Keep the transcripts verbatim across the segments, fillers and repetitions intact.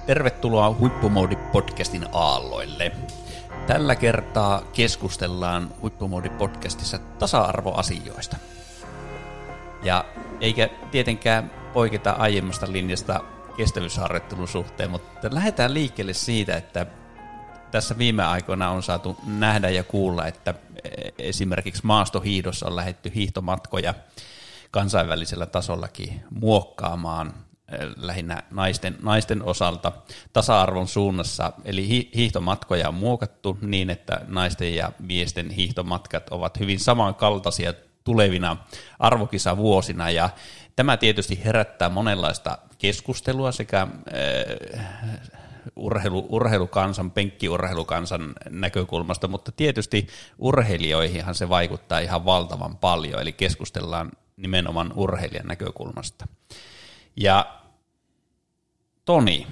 Tervetuloa Huippumoodi-podcastin aalloille. Tällä kertaa keskustellaan Huippumoodi-podcastissa tasa-arvoasioista. Ja eikä tietenkään poiketa aiemmasta linjasta kestävyysharjoittelun suhteen, mutta lähdetään liikkeelle siitä, että tässä viime aikoina on saatu nähdä ja kuulla, että esimerkiksi maastohiihdossa on lähdetty hiihtomatkoja kansainvälisellä tasollakin muokkaamaan lähinnä naisten, naisten osalta tasa-arvon suunnassa. Eli hiihtomatkoja on muokattu niin, että naisten ja miesten hiihtomatkat ovat hyvin samankaltaisia tulevina arvokisavuosina, ja tämä tietysti herättää monenlaista keskustelua sekä äh, urheilu, urheilukansan, penkkiurheilukansan näkökulmasta, mutta tietysti urheilijoihinhan se vaikuttaa ihan valtavan paljon, eli keskustellaan nimenomaan urheilijan näkökulmasta. Ja Toni,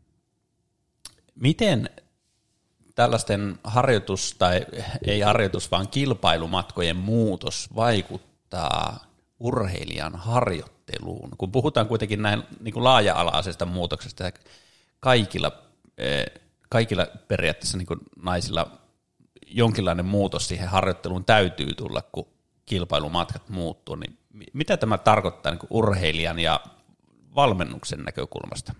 miten tällaisten harjoitus, tai ei harjoitus, vaan kilpailumatkojen muutos vaikuttaa urheilijan harjoitteluun? Kun puhutaan kuitenkin näin niin kuin laaja-alaisesta muutoksesta, kaikilla, kaikilla periaatteessa niin kuin naisilla jonkinlainen muutos siihen harjoitteluun täytyy tulla, kun kilpailumatkat muuttuu, niin mitä tämä tarkoittaa niin kuin urheilijan ja valmennuksen näkökulmasta?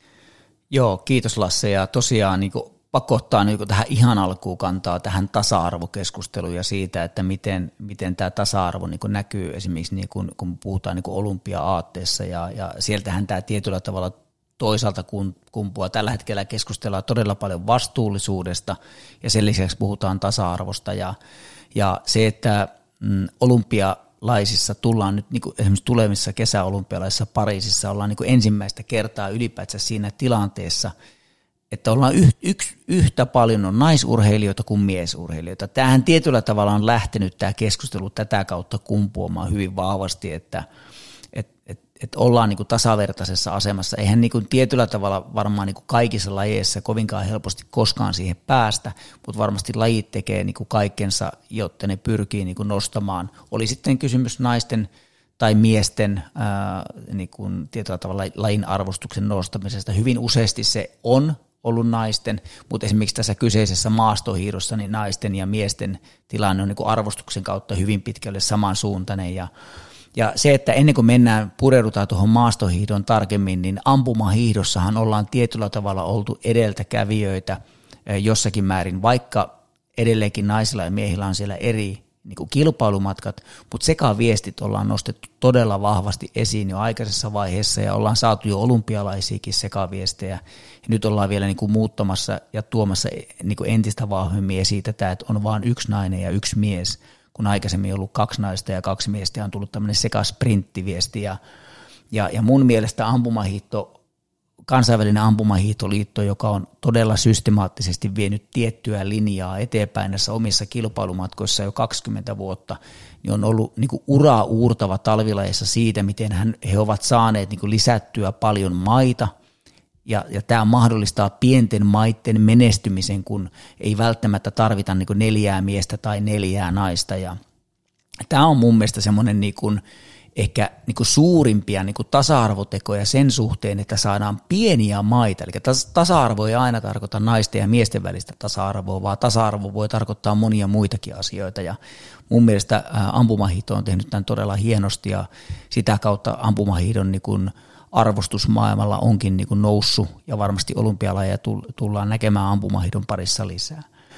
Joo, kiitos Lasse, ja tosiaan niin kuin pakko ottaa niin kuin tähän ihan alkuun kantaa tähän tasa-arvokeskusteluun ja siitä, että miten, miten tämä tasa-arvo niin kuin näkyy esimerkiksi niin kuin, kun puhutaan niin kuin olympia-aatteessa, ja, ja sieltähän tämä tietyllä tavalla toisaalta kumpuaa. Tällä hetkellä keskustellaan todella paljon vastuullisuudesta ja sen lisäksi puhutaan tasa-arvosta, ja, ja se, että mm, olympia laisissa tullaan nyt niin kuin esimerkiksi tulevissa kesäolympialaisissa Pariisissa ollaan niin kuin ensimmäistä kertaa ylipäätään siinä tilanteessa, että ollaan yh, yks, yhtä paljon on naisurheilijoita kuin miesurheilijoita. Tämähän tietyllä tavalla on lähtenyt tämä keskustelu tätä kautta kumpuamaan hyvin vahvasti, että et, et, et ollaan niin kuin tasavertaisessa asemassa. Eihän niin kuin tietyllä tavalla varmaan niin kuin kaikissa lajeissa kovinkaan helposti koskaan siihen päästä, mutta varmasti lajit tekee niin kuin kaikkensa, jotta ne pyrkii niin kuin nostamaan. Oli sitten kysymys naisten tai miesten ää, niin kuin tietyllä tavalla lajin arvostuksen nostamisesta. Hyvin useasti se on ollut naisten, mutta esimerkiksi tässä kyseisessä maastohiihdossa niin naisten ja miesten tilanne on niin kuin arvostuksen kautta hyvin pitkälle samansuuntainen, ja Ja se, että ennen kuin mennään, pureudutaan tuohon maastohiihdon tarkemmin, niin ampumahiihdossahan ollaan tietyllä tavalla oltu edeltäkävijöitä jossakin määrin, vaikka edelleenkin naisilla ja miehillä on siellä eri niin kuin kilpailumatkat, mutta sekaviestit ollaan nostettu todella vahvasti esiin jo aikaisessa vaiheessa, ja ollaan saatu jo olympialaisiakin sekaviestejä, ja nyt ollaan vielä niin kuin muuttamassa ja tuomassa niin kuin entistä vahvemmin esiin tätä, että on vain yksi nainen ja yksi mies, kun aikaisemmin on ollut kaksi naista ja kaksi miestä, ja on tullut tämmöinen sekasprinttiviesti, ja, ja, ja mun mielestä ampumahiihto, kansainvälinen ampumahiihtoliitto, joka on todella systemaattisesti vienyt tiettyä linjaa eteenpäin näissä omissa kilpailumatkoissa jo kaksikymmentä vuotta, niin on ollut niin kuin uraa uurtava talvilajeissa siitä, miten hän, he ovat saaneet niin kuin lisättyä paljon maita, Ja, ja tämä mahdollistaa pienten maiden menestymisen, kun ei välttämättä tarvita niin kuin neljää miestä tai neljää naista. Ja tämä on mun mielestä semmoinen niin kuin ehkä niin kuin suurimpia niin kuin tasa-arvotekoja sen suhteen, että saadaan pieniä maita. Eli tasa-arvo ei aina tarkoita naisten ja miesten välistä tasa-arvoa, vaan tasa-arvo voi tarkoittaa monia muitakin asioita. Ja mun mielestä ampumahiihto on tehnyt tämän todella hienosti, ja sitä kautta ampumahiihdon niin kuin arvostus maailmalla onkin niin kuin noussut, ja varmasti olympialajeja tullaan näkemään ampumahiihdon parissa lisää.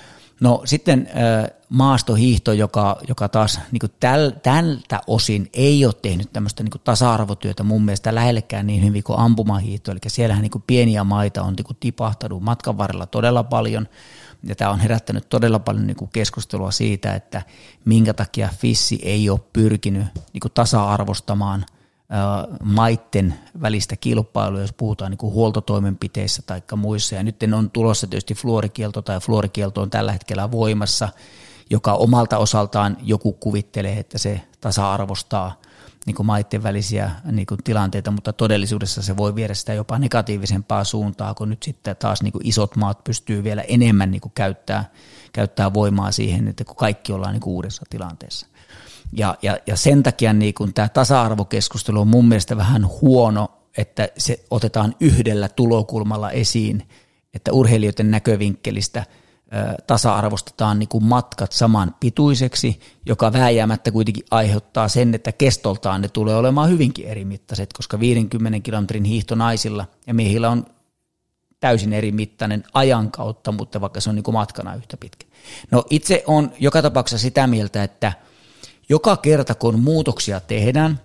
No sitten maastohiihto, joka, joka taas niin kuin täl, tältä osin ei ole tehnyt tämmöistä niin kuin tasa-arvotyötä mun mielestä lähellekään niin hyvin kuin ampumahiihto, eli siellähän niin kuin pieniä maita on niin kuin tipahtanut matkan varrella todella paljon, ja tämä on herättänyt todella paljon niin kuin keskustelua siitä, että minkä takia F I S ei ole pyrkinyt niin kuin tasa-arvostamaan maitten välistä kilpailua, jos puhutaan niin kuin huoltotoimenpiteissä tai muissa. Ja nyt on tulossa tietysti fluorikielto, tai fluorikielto on tällä hetkellä voimassa, joka omalta osaltaan joku kuvittelee, että se tasa-arvostaa niin kuin maitten välisiä niin kuin tilanteita, mutta todellisuudessa se voi viedä sitä jopa negatiivisempaa suuntaa, kun nyt sitten taas niin kuin isot maat pystyy vielä enemmän niin kuin käyttää, käyttää voimaa siihen, että kun kaikki ollaan niin kuin uudessa tilanteessa. Ja, ja, ja sen takia niin kun tämä tasa-arvokeskustelu on mun mielestä vähän huono että se otetaan yhdellä tulokulmalla esiin, että urheilijoiden näkövinkkelistä tasa-arvostetaan niin kuin matkat saman pituiseksi, joka vääjäämättä kuitenkin aiheuttaa sen, että kestoltaan ne tulee olemaan hyvinkin eri mittaiset, koska viidenkymmenen kilometrin hiihto naisilla ja miehillä on täysin eri mittainen ajan kautta, mutta vaikka se on niin kuin matkana yhtä pitkä. No itse on joka tapauksessa sitä mieltä, että joka kerta kun muutoksia tehdään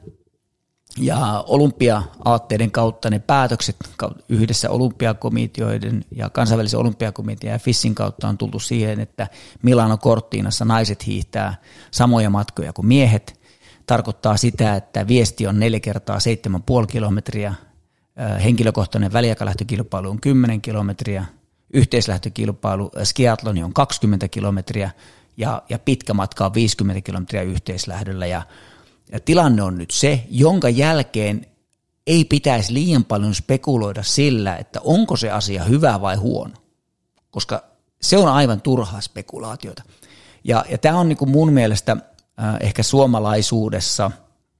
ja olympia-aatteiden kautta ne päätökset yhdessä olympiakomiteoiden ja kansainvälisen olympiakomitean ja F I Sin kautta on tultu siihen, että Milano Cortinassa naiset hiihtää samoja matkoja kuin miehet. Tarkoittaa sitä, että viesti on neljä kertaa seitsemän pilkku viisi kilometriä, henkilökohtainen väliaikalähtökilpailu on kymmenen kilometriä, yhteislähtökilpailu skiatloni on kaksikymmentä kilometriä ja, ja pitkä matka on viisikymmentä kilometriä yhteislähdöllä ja Ja tilanne on nyt se, jonka jälkeen ei pitäisi liian paljon spekuloida sillä, että onko se asia hyvä vai huono, koska se on aivan turhaa spekulaatiota. Ja, ja tämä on niin kuin mun mielestä äh, ehkä suomalaisuudessa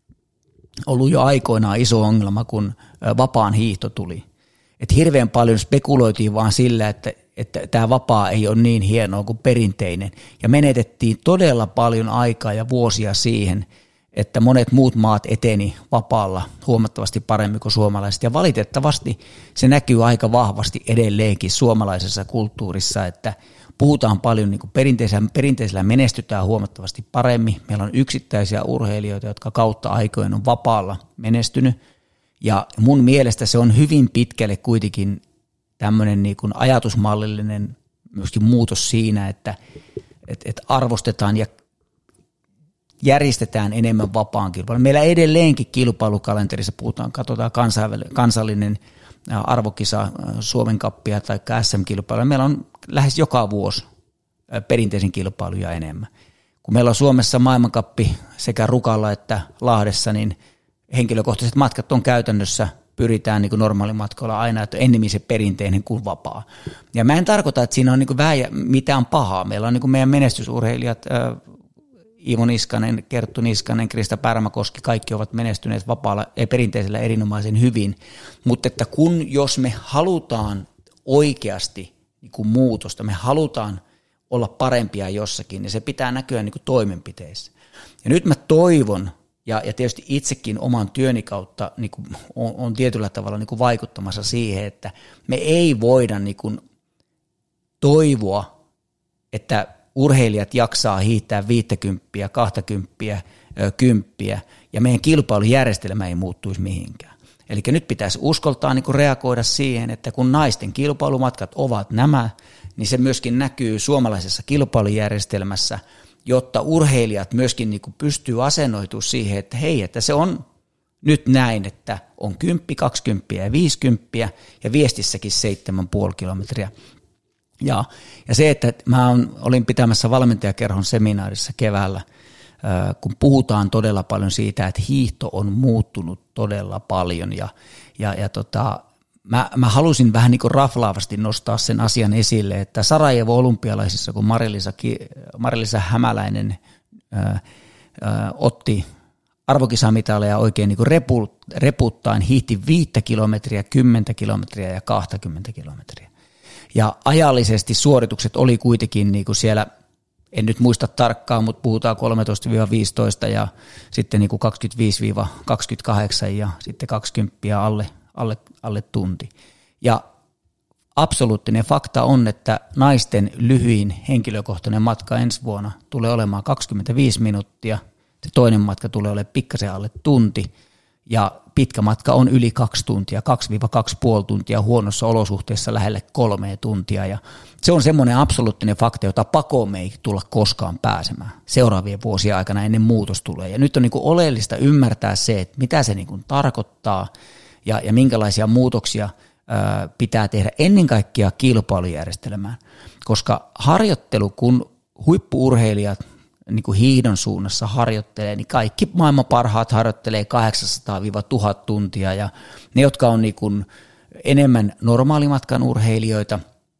ollut jo aikoinaan iso ongelma, kun äh, vapaan hiihto tuli. Et hirveän paljon spekuloitiin vaan sillä, että, että tämä vapaa ei ole niin hienoa kuin perinteinen, ja menetettiin todella paljon aikaa ja vuosia siihen, että monet muut maat eteni vapaalla huomattavasti paremmin kuin suomalaiset. Ja valitettavasti se näkyy aika vahvasti edelleenkin suomalaisessa kulttuurissa, että puhutaan paljon niin kuin perinteisellä, perinteisellä menestytään huomattavasti paremmin. Meillä on yksittäisiä urheilijoita, jotka kautta aikojen on vapaalla menestynyt. Ja mun mielestä se on hyvin pitkälle kuitenkin tämmöinen niin kuin ajatusmallillinen myöskin muutos siinä, että, että, että arvostetaan ja järjestetään enemmän vapaan kilpailun. Meillä edelleenkin kilpailukalenterissa puhutaan, katsotaan kansallinen arvokisa, Suomen kappia tai S M-kilpailu. Meillä on lähes joka vuosi perinteisen kilpailuja enemmän. Kun meillä on Suomessa maailmankappi sekä Rukalla että Lahdessa, niin henkilökohtaiset matkat on käytännössä, pyritään niin kuin normaalimatkoilla aina, että ennemmin se perinteinen kuin vapaa. Ja mä en tarkoita, että siinä on niin kuin vähä, mitään pahaa. Meillä on niin kuin meidän menestysurheilijat, Iivo Niskanen, Kerttu Niskanen, Krista Pärmäkoski, kaikki ovat menestyneet vapaalla ja perinteisellä erinomaisen hyvin, mutta että kun jos me halutaan oikeasti niin kuin muutosta, me halutaan olla parempia jossakin, niin se pitää näkyä niin kuin toimenpiteissä. Ja nyt mä toivon, ja, ja tietysti itsekin oman työni kautta niin kuin on, on tietyllä tavalla niin kuin vaikuttamassa siihen, että me ei voida niin kuin toivoa, että urheilijat jaksaa hiihtää viittäkymppiä, kahtakymppiä, kymppiä, ja meidän kilpailujärjestelmä ei muuttuisi mihinkään. Eli nyt pitäisi uskoltaa niin kuin reagoida siihen, että kun naisten kilpailumatkat ovat nämä, niin se myöskin näkyy suomalaisessa kilpailujärjestelmässä, jotta urheilijat myöskin niin kuin pystyy asennoitumaan siihen, että hei, että se on nyt näin, että on kymppi, kaksikymppiä ja viisikymppiä, ja viestissäkin seitsemän pilkku viisi kilometriä. Ja, ja se, että mä on, olin pitämässä valmentajakerhon seminaarissa keväällä, kun puhutaan todella paljon siitä, että hiihto on muuttunut todella paljon, ja, ja, ja tota, mä, mä halusin vähän niin kuin raflaavasti nostaa sen asian esille, että Sarajevo-olympialaisissa, kun Marilisa, Marilisa Hämäläinen ää, ää, otti arvokisamitaleja oikein niin kuin repu, reputtain, hiihti viittä kilometriä, kymmentä kilometriä ja kaksikymmentä kilometriä. Ja ajallisesti suoritukset oli kuitenkin niin kuin siellä, en nyt muista tarkkaan, mutta puhutaan kolmetoista viisitoista ja sitten niin kuin kaksikymmentäviisi kaksikymmentäkahdeksan ja sitten kaksikymmentä alle, alle, alle tunti. Ja absoluuttinen fakta on, että naisten lyhyin henkilökohtainen matka ensi vuonna tulee olemaan kaksikymmentäviisi minuuttia, se toinen matka tulee olemaan pikkasen alle tunti, ja pitkä matka on yli kaksi tuntia, kaksi kaksi pilkku viisi tuntia, huonossa olosuhteessa lähelle kolme tuntia, ja se on semmoinen absoluuttinen fakta, jota pakoon me ei tulla koskaan pääsemään seuraavien vuosien aikana ennen muutos tulee, ja nyt on niin kuin oleellista ymmärtää se, että mitä se niin kuin tarkoittaa, ja, ja minkälaisia muutoksia ää, pitää tehdä ennen kaikkea kilpailujärjestelmään, koska harjoittelu, kun huippu-urheilijat niin kuin hiihdon suunnassa harjoittelee, niin kaikki maailman parhaat harjoittelee kahdeksansataa tuhat tuntia, ja ne, jotka on niin kuin enemmän normaalimatkan urheilijoita,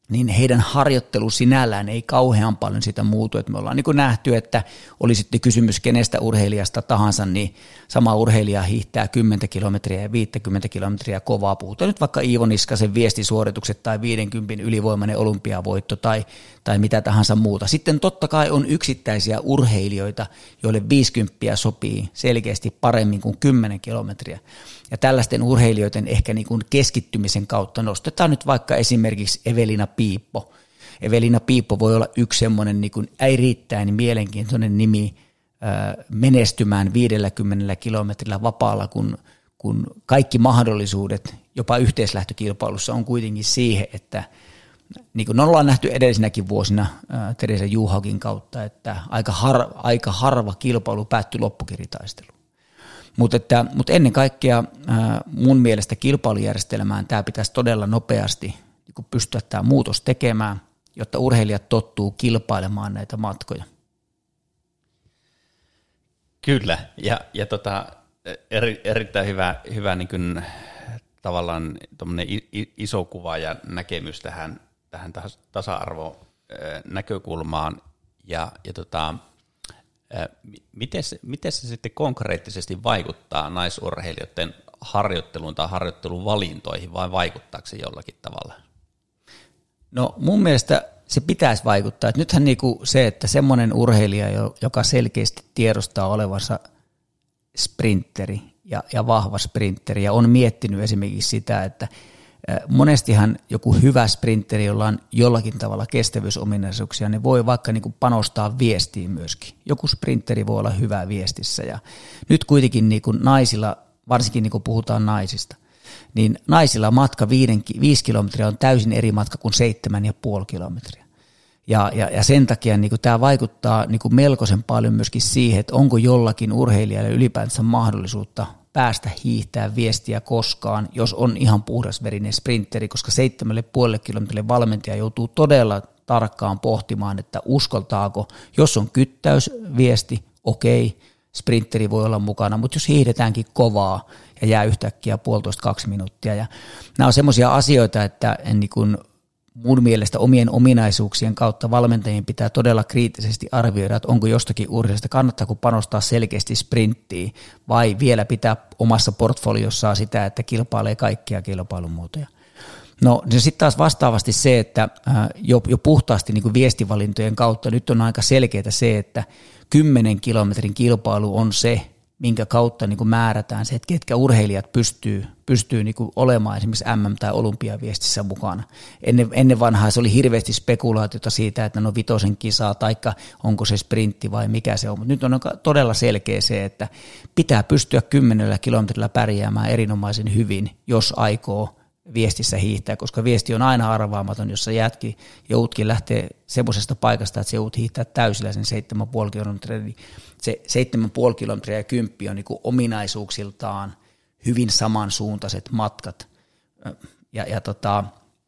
niin heidän harjoittelu sinällään ei kauhean paljon sitä muutu. Et me ollaan niin kuin nähty, että oli sitten kysymys kenestä urheilijasta tahansa, niin sama urheilija hiihtää kymmenen kilometriä ja viisikymmentä kilometriä kovaa. Puhutaan nyt vaikka Iivo Niskasen viestisuoritukset tai viidenkymmenen ylivoimainen olympiavoitto tai, tai mitä tahansa muuta. Sitten totta kai on yksittäisiä urheilijoita, joille viisikymmentä sopii selkeästi paremmin kuin kymmenen kilometriä. Ja tällaisten urheilijoiden ehkä niin kuin keskittymisen kautta nostetaan nyt vaikka esimerkiksi Evelina Piippo. Evelina Piippo voi olla yksi semmoinen niin kuin erittäin mielenkiintoinen nimi menestymään viidelläkymmenellä kilometrillä vapaalla, kun, kun kaikki mahdollisuudet jopa yhteislähtökilpailussa on kuitenkin siihen, että niin kuin ollaan nähty edellisinäkin vuosina Teresa Juhaukin kautta, että aika, har, aika harva kilpailu päättyi loppukiritaisteluun. Mutta, että, mutta ennen kaikkea mun mielestä kilpailujärjestelmään tämä pitäisi todella nopeasti niin pystyä tämä muutos tekemään, jotta urheilijat tottuu kilpailemaan näitä matkoja. Kyllä, ja, ja tota, eri, erittäin hyvä, hyvä niin kuin, tavallaan iso kuva ja näkemys tähän, tähän tasa-arvonäkökulmaan, ja, ja tota, miten se, miten se sitten konkreettisesti vaikuttaa naisurheilijoiden harjoitteluun tai harjoittelun valintoihin, vai vaikuttaako se jollakin tavalla? No mun mielestä se pitäisi vaikuttaa. Että nythän niinku se, että semmoinen urheilija, joka selkeästi tiedostaa olevansa sprinteri ja, ja vahva sprinteri ja on miettinyt esimerkiksi sitä, että monestihan joku hyvä sprinteri, jolla on jollakin tavalla kestävyysominaisuuksia, niin voi vaikka niin kuin panostaa viestiin myöskin. Joku sprinteri voi olla hyvä viestissä ja nyt kuitenkin niin kuin naisilla, varsinkin niin kuin puhutaan naisista, niin naisilla matka viiden, viisi kilometriä on täysin eri matka kuin seitsemän ja puoli kilometriä. Ja, ja, ja sen takia niin kuin tämä vaikuttaa niin kuin melkoisen paljon myöskin siihen, että onko jollakin urheilijalle ylipäänsä mahdollisuutta päästä hiihtää viestiä koskaan, jos on ihan puhdasverinen sprinteri, koska seitsemälle puolelle kilometrille valmentaja joutuu todella tarkkaan pohtimaan, että uskaltaako, jos on kyttäysviesti, okei, sprinteri voi olla mukana, mutta jos hiihdetäänkin kovaa ja jää yhtäkkiä puolitoista kaksi minuuttia. Ja nämä on semmoisia asioita, että en niin kuin mun mielestä omien ominaisuuksien kautta valmentajien pitää todella kriittisesti arvioida, että onko jostakin urheilijasta, kannattaako panostaa selkeästi sprinttiin vai vielä pitää omassa portfoliossaan sitä, että kilpailee kaikkia kilpailumuotoja. No sitten taas vastaavasti se, että jo, jo puhtaasti niin kuin viestivalintojen kautta nyt on aika selkeää se, että kymmenen kilometrin kilpailu on se, minkä kautta niin kuin määrätään se, että ketkä urheilijat pystyy, pystyy niin kuin olemaan esimerkiksi M M- tai olympiaviestissä mukana. Ennen, ennen vanhaa se oli hirveästi spekulaatiota siitä, että no vitosen kisaa, taikka onko se sprintti vai mikä se on. Mutta nyt on todella selkeä se, että pitää pystyä kymmenellä kilometrillä pärjäämään erinomaisen hyvin, jos aikoo viestissä hiihtää, koska viesti on aina arvaamaton, jos sä jäätkin, joudutkin lähteä semmoisesta paikasta, että sä joudut hiihtää täysillä sen seitsemän pilkku viisi kilometriä, niin se seitsemän pilkku viisi kilometriä ja kymppi on niin kuin ominaisuuksiltaan hyvin samansuuntaiset matkat. Ja, ja tota,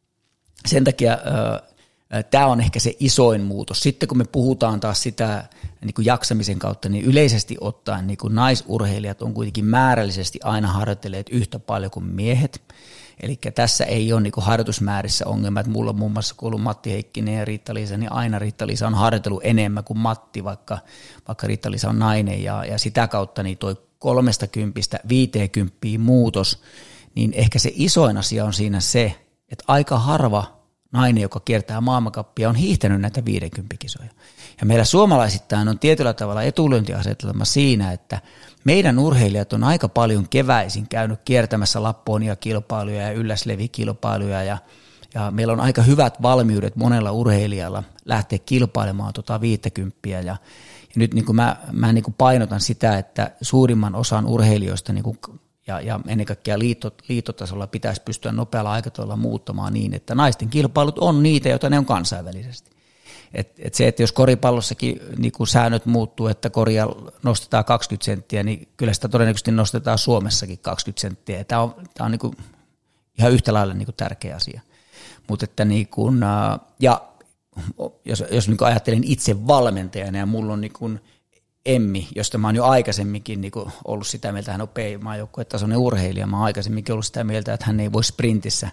sen takia tämä on ehkä se isoin muutos. Sitten kun me puhutaan taas sitä niin kuin jaksamisen kautta, niin yleisesti ottaen niin kuin naisurheilijat on kuitenkin määrällisesti aina harjoitelleet yhtä paljon kuin miehet. Eli tässä ei ole niin kuin harjoitusmäärissä ongelma, että mulla on muun muassa kuullut Matti Heikkinen ja Riitta-Liisa, niin aina Riitta-Liisa on harjoitellut enemmän kuin Matti, vaikka, vaikka Riitta-Liisa on nainen, ja, ja sitä kautta niin toi kolmesta kympistä viiteenkymppiin muutos, niin ehkä se isoin asia on siinä se, että aika harva nainen, joka kiertää maailmankappia, on hiihtänyt näitä viidenkymppikisoja. Ja meillä suomalaisittain on tietyllä tavalla etulyöntiasetelma siinä, että meidän urheilijat on aika paljon keväisin käynyt kiertämässä Lapponia-kilpailuja ja ylläslevikilpailuja, ja, ja meillä on aika hyvät valmiudet monella urheilijalla lähteä kilpailemaan tuota viittäkymppiä, ja, ja nyt niin kuin mä, mä niin kuin painotan sitä, että suurimman osan urheilijoista niin kuin Ja, ja ennen kaikkea liitto, liittotasolla pitäisi pystyä nopealla aikataululla muuttamaan niin, että naisten kilpailut on niitä, joita ne on kansainvälisesti. Et, et se, että jos koripallossakin niin kun säännöt muuttuu, että koria nostetaan kaksikymmentä senttiä, niin kyllä sitä todennäköisesti nostetaan Suomessakin kaksikymmentä senttiä. Tämä on, tämä on niin kun ihan yhtä lailla niin kun tärkeä asia. Mut että niin kun, ja jos, jos niin kun ajattelen itse valmentajana ja mulla on niin kun Emmi, josta mä oon jo aikaisemminkin niin kuin ollut sitä mieltä, hän on P-maajoukkuetasoinen urheilija, mä oon aikaisemminkin ollut sitä mieltä, että hän ei voi sprintissä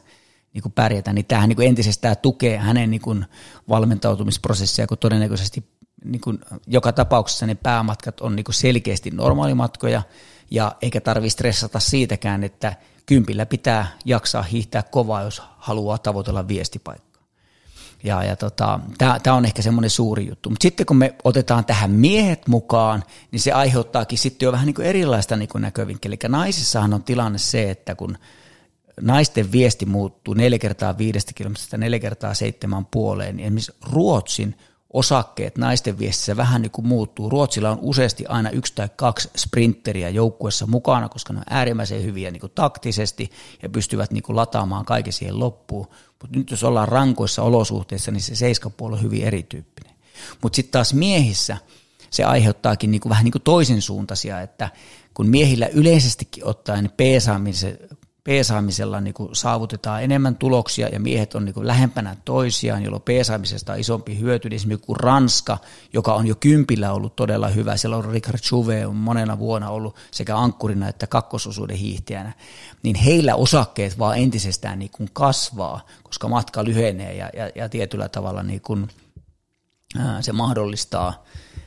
niin kuin pärjätä, niin tämähän niin kuin entisestään tukee hänen niin kuin valmentautumisprosessia, kun todennäköisesti niin kuin joka tapauksessa ne päämatkat on niin kuin selkeästi normaalimatkoja, ja eikä tarvitse stressata siitäkään, että kympillä pitää jaksaa hiihtää kovaa, jos haluaa tavoitella viestipaikkaa. Ja, ja tota, tämä on ehkä semmoinen suuri juttu. Mutta sitten kun me otetaan tähän miehet mukaan, niin se aiheuttaakin sitten jo vähän niin kuin erilaista niin kuin näkövinkkeliä. Eli naisissahan on tilanne se, että kun naisten viesti muuttuu neljä kertaa viidestä kilometristä neljä kertaa seitsemän puoleen, niin esimerkiksi Ruotsin osakkeet naisten viestissä vähän niin kuin muuttuu. Ruotsilla on useasti aina yksi tai kaksi sprinteriä joukkuessa mukana, koska ne on äärimmäisen hyviä niin kuin taktisesti ja pystyvät niin kuin lataamaan kaiken siihen loppuun. Mutta nyt jos ollaan rankoissa olosuhteissa, niin se seiskapuoli on hyvin erityyppinen. Mutta sitten taas miehissä se aiheuttaakin niin kuin vähän niin kuin toisen suuntaisia, että kun miehillä yleisestikin ottaen peesaamisen peesaamisella niin kuin saavutetaan enemmän tuloksia ja miehet on niin kuin lähempänä toisiaan, jolloin peesaamisesta on isompi hyöty. Esimerkiksi kuin Ranska, joka on jo kympillä ollut todella hyvä. Siellä on Richard Jouvet on monena vuonna ollut sekä ankkurina että kakkososuuden hiihtäjänä. Niin heillä osakkeet vaan entisestään niin kuin kasvaa, koska matka lyhenee ja, ja, ja tietyllä tavalla niin kuin, ää, se mahdollistaa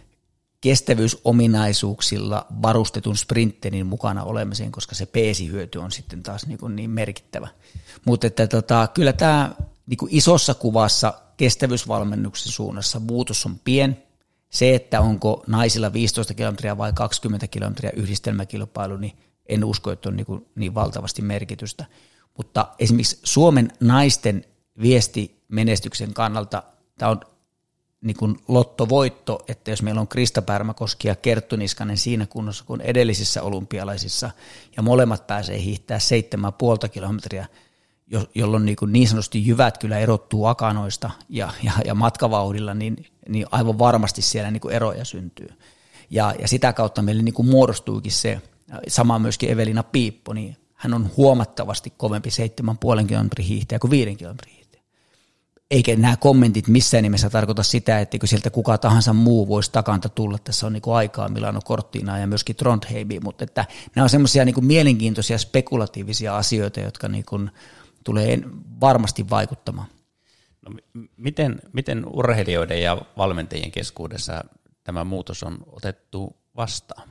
kestävyysominaisuuksilla varustetun sprinterin mukana olemisen, koska se peesihyöty on sitten taas niin, kuin niin merkittävä. Mutta että tota, kyllä tämä niin kuin isossa kuvassa kestävyysvalmennuksen suunnassa muutos on pien. Se, että onko naisilla viisitoista kilometriä vai kaksikymmentä kilometriä yhdistelmäkilpailu, niin en usko, että on niin, kuin niin valtavasti merkitystä. Mutta esimerkiksi Suomen naisten viestimenestyksen kannalta tämä on niin kuin lottovoitto, että jos meillä on Krista Pärmäkoski ja Kerttu Niskanen siinä kunnossa kuin edellisissä olympialaisissa, ja molemmat pääsee hiihtää seitsemän puolta kilometriä, jolloin niin, kuin niin sanotusti jyvät kyllä erottuu akanoista ja, ja, ja matkavauhdilla, niin, niin aivan varmasti siellä niin kuin eroja syntyy. Ja, ja sitä kautta meille niin kuin muodostuikin se, sama myöskin Evelina Piippo, niin hän on huomattavasti kovempi seitsemän puolen kilometrin hiihtäjä kuin viiden kilometrin hiihtäjä. Eikä nämä kommentit missään nimessä tarkoita sitä, että sieltä kuka tahansa muu voisi takanta tulla. Tässä on niin kuin aikaa Milano Cortinaa ja myöskin Trondheimia, mutta että nämä on semmoisia niin kuin mielenkiintoisia spekulatiivisia asioita, jotka niin kuin tulee varmasti vaikuttamaan. No, miten, miten urheilijoiden ja valmentajien keskuudessa tämä muutos on otettu vastaan?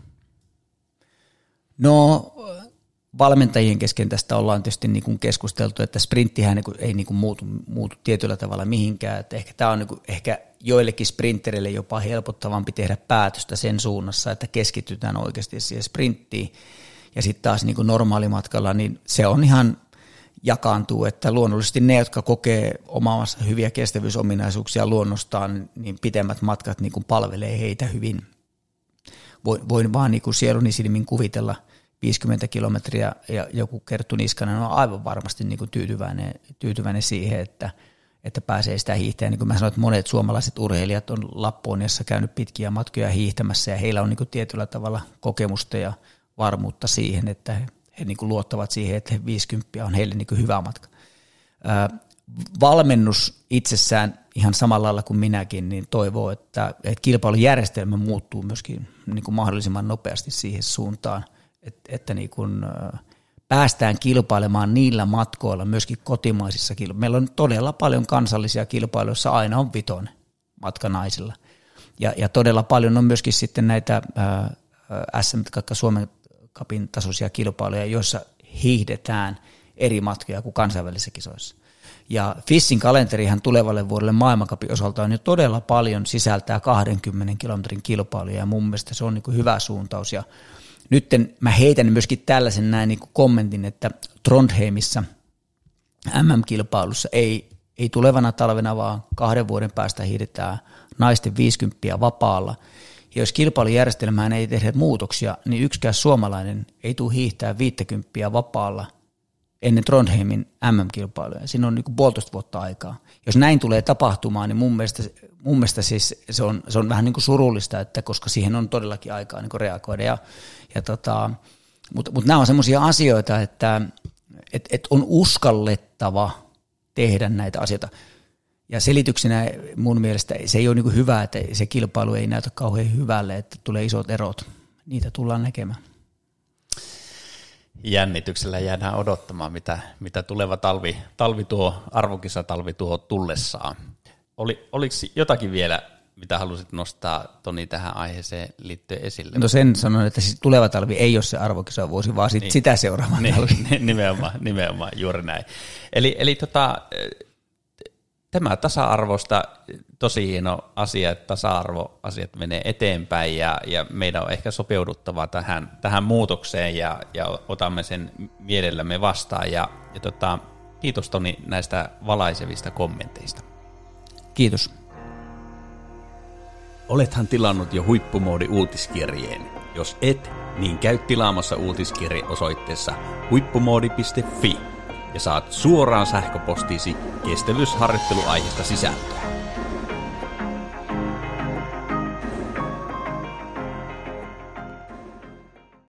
No valmentajien kesken tästä ollaan tietysti niin kuin keskusteltu, että sprinttihän ei niin kuin muutu, muutu tietyllä tavalla mihinkään. Että ehkä tämä on niin kuin, ehkä joillekin sprintereille jopa helpottavampi tehdä päätöstä sen suunnassa, että keskitytään oikeasti siihen sprinttiin. Ja sitten taas niin kuin normaalimatkalla, niin se on ihan jakaantuu, että luonnollisesti ne, jotka kokee omaamassa hyviä kestävyysominaisuuksia luonnostaan, niin pitemmät matkat niin kuin palvelee heitä hyvin. Voin, voin vaan niin kuin sieluni silmin kuvitella viisikymmentä kilometriä ja joku Kerttu Niskanen on aivan varmasti niin kuin tyytyväinen, tyytyväinen siihen, että, että pääsee sitä hiihtämään. Niin kuin mä sanoin, että monet suomalaiset urheilijat on Lappooniassa käynyt pitkiä matkoja hiihtämässä ja heillä on niin kuin tietyllä tavalla kokemusta ja varmuutta siihen, että he, he niin kuin luottavat siihen, että he viisikymmentä on heille niin kuin hyvä matka. Ää, valmennus itsessään ihan samalla lailla kuin minäkin, niin toivoo, että, että kilpailujärjestelmä muuttuu myöskin niin kuin mahdollisimman nopeasti siihen suuntaan, että, että niin kuin päästään kilpailemaan niillä matkoilla myöskin kotimaisissa kilpailuissa. Meillä on todella paljon kansallisia kilpailuja, joissa aina on vitonen matka naisilla. Ja, ja todella paljon on myöskin sitten näitä ää, S M, Suomen cupin tasoisia kilpailuja, joissa hiihdetään eri matkoja kuin kansainvälisissä kisoissa. Ja FISin kalenterihan tulevalle vuodelle maailmancupin osalta on jo todella paljon sisältää kaksikymmentä kilometrin kilpailuja, ja mun mielestä se on niin kuin hyvä suuntaus. Ja nyt mä heitän myöskin tällaisen näin niin kuin kommentin, että Trondheimissa M M-kilpailussa ei, ei tulevana talvena, vaan kahden vuoden päästä hiihdetään naisten viisikymmentä vapaalla. Ja jos kilpailujärjestelmään ei tehdä muutoksia, niin yksikään suomalainen ei tule hiihtää viisikymmentä vapaalla ennen Trondheimin M M-kilpailuja. Siinä on niin kuin puolitoista vuotta aikaa. Jos näin tulee tapahtumaan, niin mun mielestä, mun mielestä siis se, on, se on vähän niin kuin surullista, että koska siihen on todellakin aikaa niin kuin reagoida. Ja, ja tota, mutta, mutta nämä on semmoisia asioita, että et, et on uskallettava tehdä näitä asioita. Ja selityksenä mun mielestä se ei ole niin kuin hyvä, että se kilpailu ei näytä kauhean hyvälle, että tulee isot erot. Niitä tullaan näkemään. Jännityksellä jäädään odottamaan, mitä, mitä tuleva talvi, talvi tuo, arvokisatalvi tuo tullessaan. Oli, oliko jotakin vielä, mitä halusit nostaa, Toni, tähän aiheeseen liittyen esille? No sen sanon, että siis tuleva talvi ei ole se arvokisavuosi, vaan sit niin. sitä seuraava niin, talvi. Nimenomaan, nimenomaan, juuri näin. Eli, eli tota, tämä tasa-arvosta tosi hieno asia, että tasa-arvoasiat menee eteenpäin ja, ja meidän on ehkä sopeuduttava tähän, tähän muutokseen ja, ja otamme sen mielellämme vastaan. Ja, ja tota, kiitos Toni näistä valaisevista kommenteista. Kiitos. Olethan tilannut jo Huippumoodi-uutiskirjeen. Jos et, niin käy tilaamassa uutiskirje osoitteessa huippumoodi piste fi ja saat suoraan sähköpostiisi kestävyysharjoitteluaiheesta sisältöä.